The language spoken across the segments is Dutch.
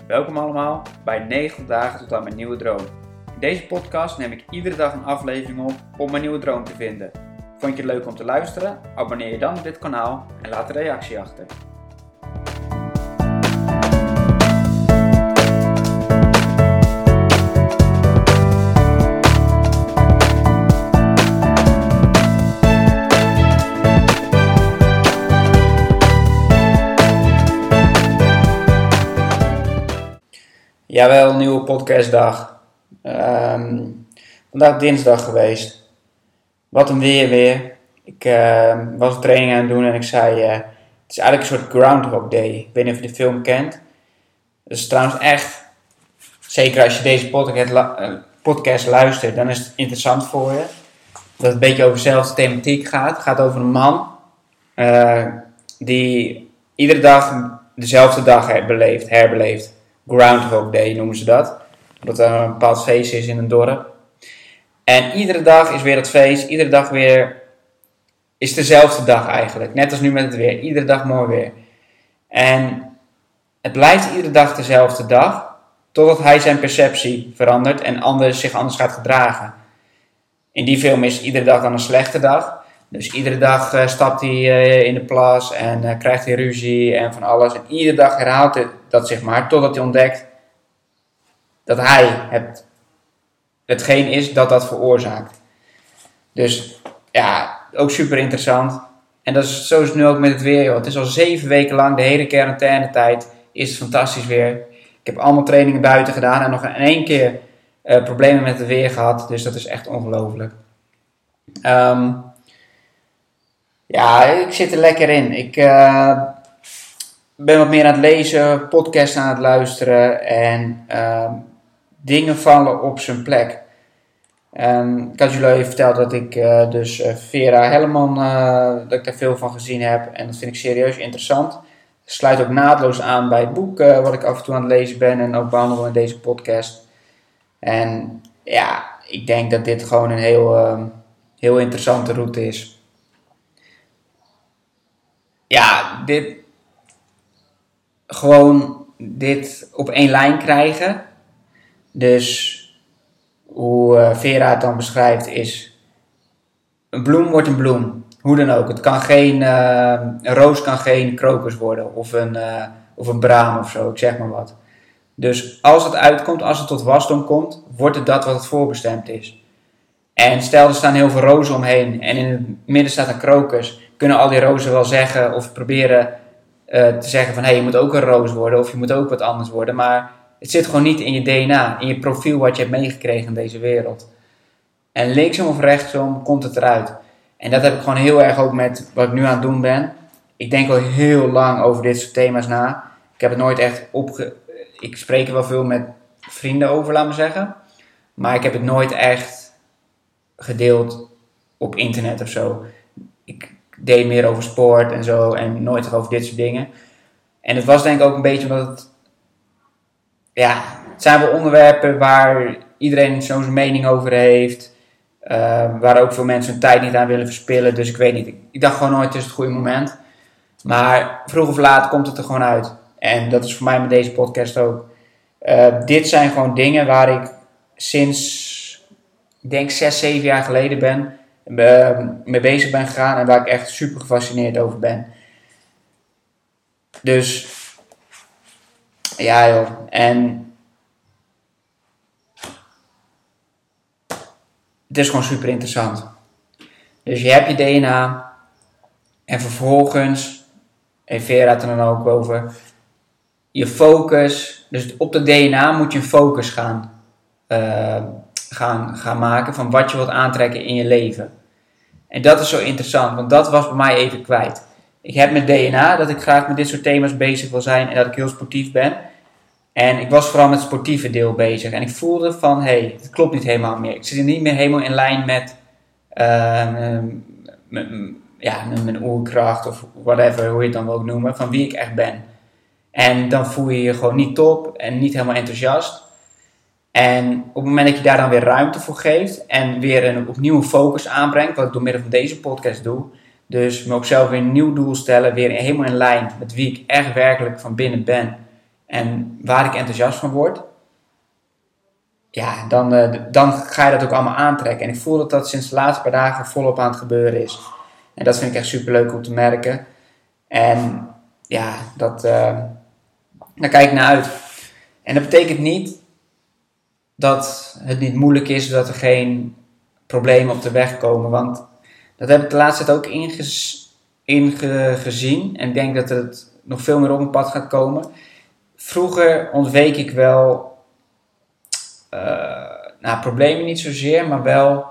Welkom allemaal bij 90 dagen tot aan mijn nieuwe droom. In deze podcast neem ik iedere dag een aflevering op om mijn nieuwe droom te vinden. Vond je het leuk om te luisteren? Abonneer je dan op dit kanaal en laat een reactie achter. Jawel, nieuwe podcastdag. Vandaag dinsdag geweest. Wat een weer. Ik was een training aan het doen en ik zei... het is eigenlijk een soort Groundhog Day. Ik weet niet of je de film kent. Dat is trouwens echt... Zeker als je deze podcast luistert, dan is het interessant voor je. Dat het een beetje over dezelfde thematiek gaat. Het gaat over een man... die iedere dag dezelfde dag herbeleeft. Groundhog Day noemen ze dat. Omdat er een bepaald feest is in een dorp. En iedere dag is weer dat feest. Iedere dag weer is dezelfde dag eigenlijk. Net als nu met het weer. Iedere dag mooi weer. En het blijft iedere dag dezelfde dag. Totdat hij zijn perceptie verandert en zich anders gaat gedragen. In die film is iedere dag dan een slechte dag. Dus iedere dag stapt hij in de plas en krijgt hij ruzie en van alles. En iedere dag herhaalt hij dat zeg maar, totdat hij ontdekt dat hij hetgeen is dat veroorzaakt. Dus ja, ook super interessant. En zo is het nu ook met het weer. Joh. Het is al 7 weken lang, de hele quarantainetijd, is het fantastisch weer. Ik heb allemaal trainingen buiten gedaan en nog in 1 keer problemen met het weer gehad. Dus dat is echt ongelooflijk. Ja, ik zit er lekker in. Ik ben wat meer aan het lezen, podcasts aan het luisteren en dingen vallen op zijn plek. Ik had jullie even verteld dat ik Vera Helleman, dat ik daar veel van gezien heb en dat vind ik serieus interessant. Het sluit ook naadloos aan bij het boek wat ik af en toe aan het lezen ben en ook behandel in deze podcast. En ja, ik denk dat dit gewoon een heel interessante route is. Ja, dit op 1 lijn krijgen. Dus hoe Vera het dan beschrijft is... Een bloem wordt een bloem. Hoe dan ook. Een roos kan geen krokus worden. Of een braam of zo. Ik zeg maar wat. Dus als het uitkomt, als het tot wasdom komt... wordt het dat wat het voorbestemd is. En stel er staan heel veel rozen omheen. En in het midden staat een krokus... kunnen al die rozen wel zeggen of proberen te zeggen van... je moet ook een roos worden of je moet ook wat anders worden. Maar het zit gewoon niet in je DNA, in je profiel wat je hebt meegekregen in deze wereld. En linksom of rechtsom komt het eruit. En dat heb ik gewoon heel erg ook met wat ik nu aan het doen ben. Ik denk al heel lang over dit soort thema's na. Ik heb het nooit echt Ik spreek er wel veel met vrienden over, laat maar zeggen. Maar ik heb het nooit echt gedeeld op internet of zo. Ik deed meer over sport en zo en nooit over dit soort dingen. En het was denk ik ook een beetje omdat het... Ja, het zijn wel onderwerpen waar iedereen zo zijn mening over heeft. Waar ook veel mensen hun tijd niet aan willen verspillen. Dus ik weet niet, ik dacht gewoon nooit het is het goede moment. Maar vroeg of laat komt het er gewoon uit. En dat is voor mij met deze podcast ook. Dit zijn gewoon dingen waar ik sinds, ik denk 6, 7 jaar geleden mee bezig ben gegaan en waar ik echt super gefascineerd over ben. Dus ja joh, en het is gewoon super interessant. Dus je hebt je DNA en vervolgens, en Vera had er dan ook over, je focus, dus op de DNA moet je een focus gaan maken van wat je wilt aantrekken in je leven. En dat is zo interessant, want dat was bij mij even kwijt. Ik heb mijn DNA dat ik graag met dit soort thema's bezig wil zijn en dat ik heel sportief ben. En ik was vooral met het sportieve deel bezig. En ik voelde van, het klopt niet helemaal meer. Ik zit niet meer helemaal in lijn met mijn oerkracht of whatever, hoe je het dan wil noemen, van wie ik echt ben. En dan voel je je gewoon niet top en niet helemaal enthousiast. En op het moment dat je daar dan weer ruimte voor geeft en weer een opnieuw focus aanbrengt, wat ik door middel van deze podcast doe, dus me ook zelf weer een nieuw doel stellen, weer helemaal in lijn met wie ik echt werkelijk van binnen ben en waar ik enthousiast van word, ja, dan ga je dat ook allemaal aantrekken. En ik voel dat sinds de laatste paar dagen volop aan het gebeuren is. En dat vind ik echt super leuk om te merken. En ja, daar kijk ik naar uit. En dat betekent niet dat het niet moeilijk is, dat er geen problemen op de weg komen. Want dat heb ik de laatste tijd ook ingezien. En ik denk dat het nog veel meer op mijn pad gaat komen. Vroeger ontweek ik wel problemen niet zozeer, maar wel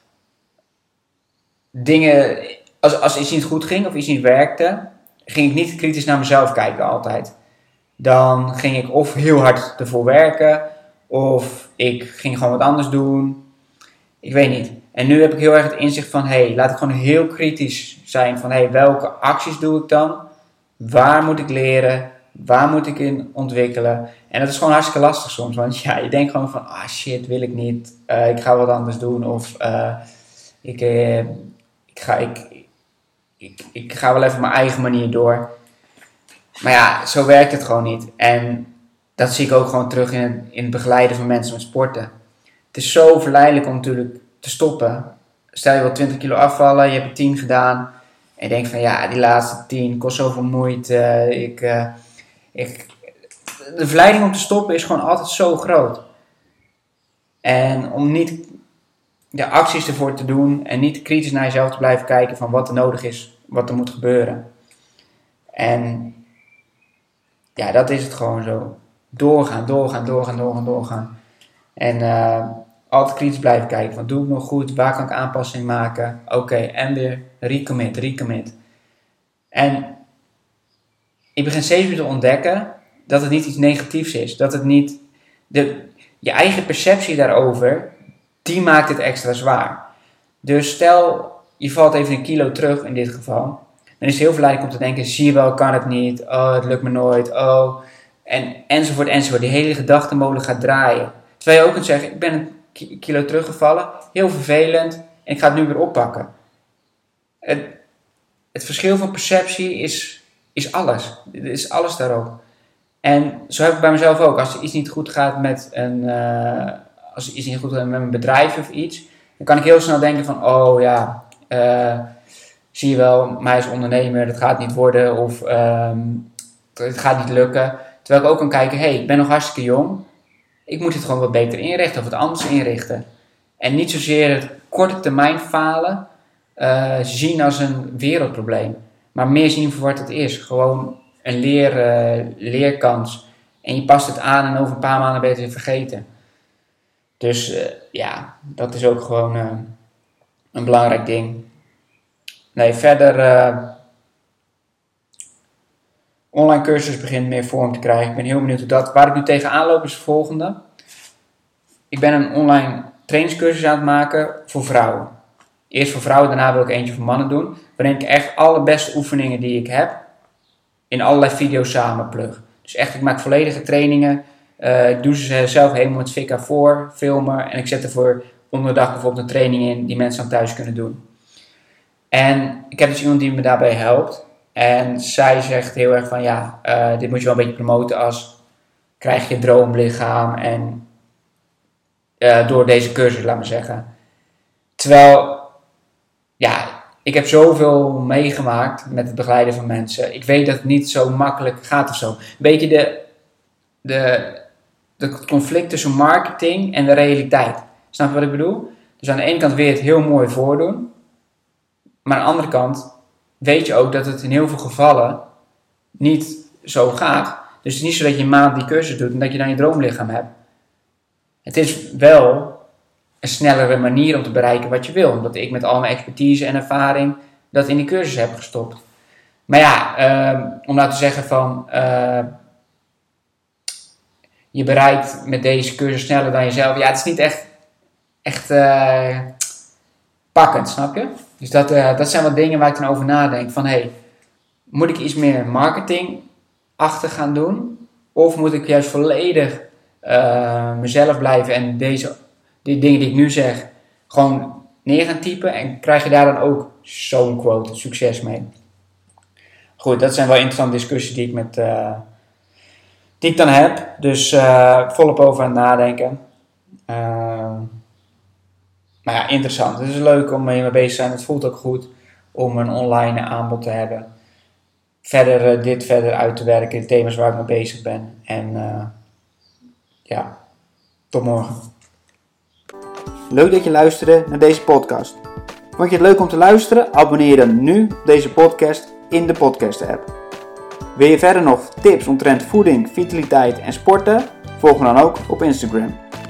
dingen. Als iets niet goed ging of iets niet werkte, ging ik niet kritisch naar mezelf kijken altijd. Dan ging ik of heel hard ervoor werken, of ik ging gewoon wat anders doen. Ik weet niet. En nu heb ik heel erg het inzicht van, laat ik gewoon heel kritisch zijn van, welke acties doe ik dan? Waar moet ik leren? Waar moet ik in ontwikkelen? En dat is gewoon hartstikke lastig soms. Want ja, je denkt gewoon van, shit, wil ik niet. Ik ga wat anders doen. Of ik ga wel even mijn eigen manier door. Maar ja, zo werkt het gewoon niet. En dat zie ik ook gewoon terug in het begeleiden van mensen met sporten. Het is zo verleidelijk om natuurlijk te stoppen. Stel je wil 20 kilo afvallen, je hebt er 10 gedaan. En je denkt van die laatste 10 kost zoveel moeite. De verleiding om te stoppen is gewoon altijd zo groot. En om niet de acties ervoor te doen en niet kritisch naar jezelf te blijven kijken van wat er nodig is, wat er moet gebeuren. En ja, dat is het gewoon zo. Doorgaan. En altijd kritisch blijven kijken. Wat doe ik nog goed? Waar kan ik aanpassingen maken? Oké, en weer recommit. En ik begin steeds weer te ontdekken dat het niet iets negatiefs is. Dat het niet... je eigen perceptie daarover, die maakt het extra zwaar. Dus stel, je valt even een kilo terug in dit geval. Dan is het heel verleidelijk om te denken, zie je wel, kan het niet. Oh, het lukt me nooit. Oh, enzovoort. Die hele gedachtenmolen gaat draaien. Terwijl je ook kunt zeggen, ik ben een kilo teruggevallen. Heel vervelend. En ik ga het nu weer oppakken. Het verschil van perceptie is alles. Het is alles daarop. En zo heb ik bij mezelf ook. Als er iets niet goed gaat met mijn bedrijf of iets, dan kan ik heel snel denken van, zie je wel, mij als ondernemer, dat gaat niet worden of het gaat niet lukken. Terwijl ik ook kan kijken, ik ben nog hartstikke jong. Ik moet het gewoon wat beter inrichten of wat anders inrichten. En niet zozeer het korte termijn falen zien als een wereldprobleem. Maar meer zien voor wat het is. Gewoon een leerkans. En je past het aan en over een paar maanden ben je het weer vergeten. Dus dat is ook gewoon een belangrijk ding. Nee, verder... online cursus begint meer vorm te krijgen. Ik ben heel benieuwd hoe dat... Waar ik nu tegenaan loop is het volgende. Ik ben een online trainingscursus aan het maken voor vrouwen. Eerst voor vrouwen, daarna wil ik eentje voor mannen doen. Waarin ik echt alle beste oefeningen die ik heb in allerlei video's samenplug. Dus echt, ik maak volledige trainingen. Ik doe ze zelf helemaal met Vika voor, filmen. En ik zet er voor onderdag bijvoorbeeld een training in die mensen dan thuis kunnen doen. En ik heb dus iemand die me daarbij helpt. En zij zegt heel erg van dit moet je wel een beetje promoten als krijg je droomlichaam en door deze cursus, laat maar zeggen. Terwijl, ik heb zoveel meegemaakt met het begeleiden van mensen. Ik weet dat het niet zo makkelijk gaat of zo. Een beetje de conflict tussen marketing en de realiteit. Snap je wat ik bedoel? Dus aan de ene kant wil je het heel mooi voordoen. Maar aan de andere kant weet je ook dat het in heel veel gevallen niet zo gaat. Dus het is niet zo dat je een maand die cursus doet en dat je dan je droomlichaam hebt. Het is wel een snellere manier om te bereiken wat je wil. Omdat ik met al mijn expertise en ervaring dat in die cursus heb gestopt. Maar om nou te zeggen van... je bereikt met deze cursus sneller dan jezelf. Ja, het is niet echt pakkend, snap je? Dus dat zijn wat dingen waar ik dan over nadenk. Van moet ik iets meer marketingachtig gaan doen? Of moet ik juist volledig mezelf blijven en die dingen die ik nu zeg gewoon neer gaan typen? En krijg je daar dan ook zo'n quote succes mee? Goed, dat zijn wel interessante discussies die ik met die ik dan heb. Dus volop over aan het nadenken. Maar ja, interessant. Het is leuk om mee bezig te zijn. Het voelt ook goed om een online aanbod te hebben. Verder dit verder uit te werken. De thema's waar ik mee bezig ben. En tot morgen. Leuk dat je luisterde naar deze podcast. Vond je het leuk om te luisteren? Abonneer je dan nu op deze podcast in de podcast app. Wil je verder nog tips omtrent voeding, vitaliteit en sporten? Volg me dan ook op Instagram.